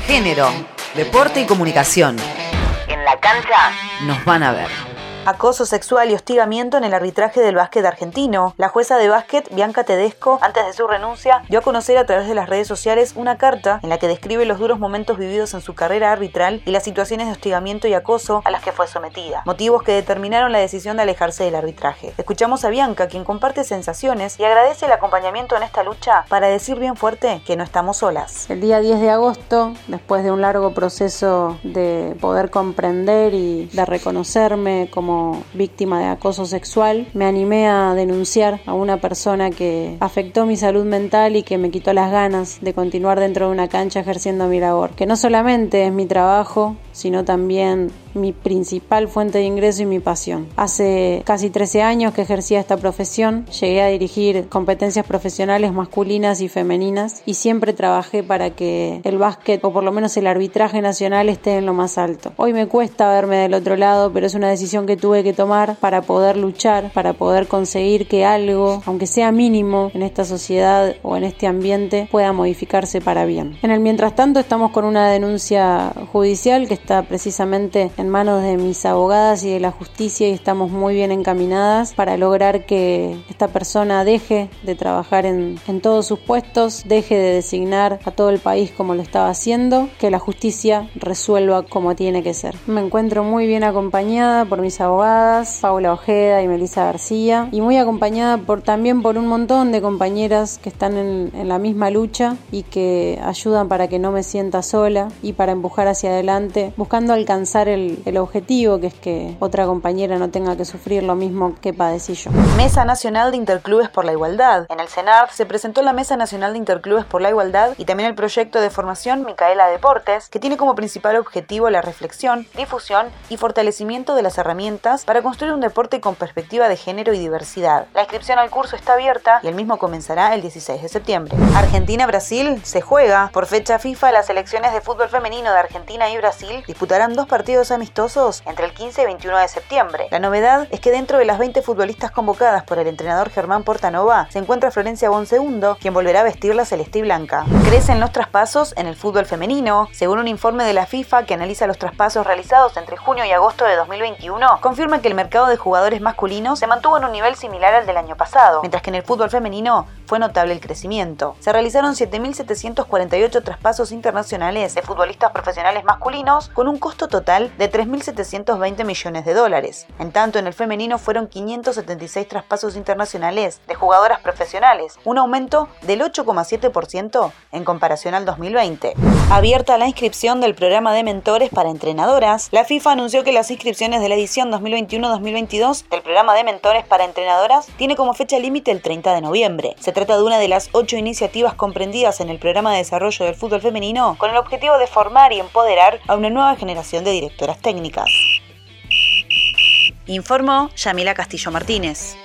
género, deporte y comunicación. En la cancha nos van a ver. Acoso sexual y hostigamiento en el arbitraje del básquet argentino. La jueza de básquet, Bianca Tedesco, antes de su renuncia, dio a conocer a través de las redes sociales una carta en la que describe los duros momentos vividos en su carrera arbitral y las situaciones de hostigamiento y acoso a las que fue sometida, motivos que determinaron la decisión de alejarse del arbitraje. Escuchamos a Bianca, quien comparte sensaciones y agradece el acompañamiento en esta lucha para decir bien fuerte que no estamos solas. El día 10 de agosto, después de un largo proceso de poder comprender y de reconocerme como víctima de acoso sexual, me animé a denunciar a una persona que afectó mi salud mental y que me quitó las ganas de continuar dentro de una cancha ejerciendo mi labor, que no solamente es mi trabajo, sino también mi principal fuente de ingreso y mi pasión. Hace casi 13 años que ejercía esta profesión, llegué a dirigir competencias profesionales masculinas y femeninas y siempre trabajé para que el básquet, o por lo menos el arbitraje nacional, esté en lo más alto. Hoy me cuesta verme del otro lado, pero es una decisión que tuve que tomar para poder luchar, para poder conseguir que algo, aunque sea mínimo, en esta sociedad o en este ambiente, pueda modificarse para bien. En el mientras tanto, estamos con una denuncia judicial que está precisamente en manos de mis abogadas y de la justicia y estamos muy bien encaminadas para lograr que esta persona deje de trabajar en todos sus puestos, deje de designar a todo el país como lo estaba haciendo, que la justicia resuelva como tiene que ser. Me encuentro muy bien acompañada por mis abogadas, Paula Ojeda y Melissa García, y muy acompañada también por un montón de compañeras que están en la misma lucha y que ayudan para que no me sienta sola y para empujar hacia adelante, buscando alcanzar el objetivo, que es que otra compañera no tenga que sufrir lo mismo que padecí yo. Mesa Nacional de Interclubes por la Igualdad. En el CENART se presentó la Mesa Nacional de Interclubes por la Igualdad y también el proyecto de formación Micaela Deportes, que tiene como principal objetivo la reflexión, difusión y fortalecimiento de las herramientas para construir un deporte con perspectiva de género y diversidad. La inscripción al curso está abierta y el mismo comenzará el 16 de septiembre. Argentina-Brasil se juega. Por fecha FIFA, las selecciones de fútbol femenino de Argentina y Brasil disputarán 2 partidos amistosos entre el 15 y 21 de septiembre. La novedad es que dentro de las 20 futbolistas convocadas por el entrenador Germán Portanova se encuentra Florencia Bonsegundo, quien volverá a vestir la celeste y blanca. Crecen los traspasos en el fútbol femenino. Según un informe de la FIFA que analiza los traspasos realizados entre junio y agosto de 2021, confirma que el mercado de jugadores masculinos se mantuvo en un nivel similar al del año pasado, mientras que en el fútbol femenino fue notable el crecimiento. Se realizaron 7.748 traspasos internacionales de futbolistas profesionales masculinos con un costo total de 3.720 millones de dólares. En tanto, en el femenino fueron 576 traspasos internacionales de jugadoras profesionales, un aumento del 8,7% en comparación al 2020. Abierta la inscripción del programa de mentores para entrenadoras, la FIFA anunció que las inscripciones de la edición 2021-2022 del programa de mentores para entrenadoras tiene como fecha límite el 30 de noviembre. Se trata de una de las 8 iniciativas comprendidas en el programa de desarrollo del fútbol femenino con el objetivo de formar y empoderar a una nueva generación de directoras técnicas. Informó Yamila Castillo Martínez.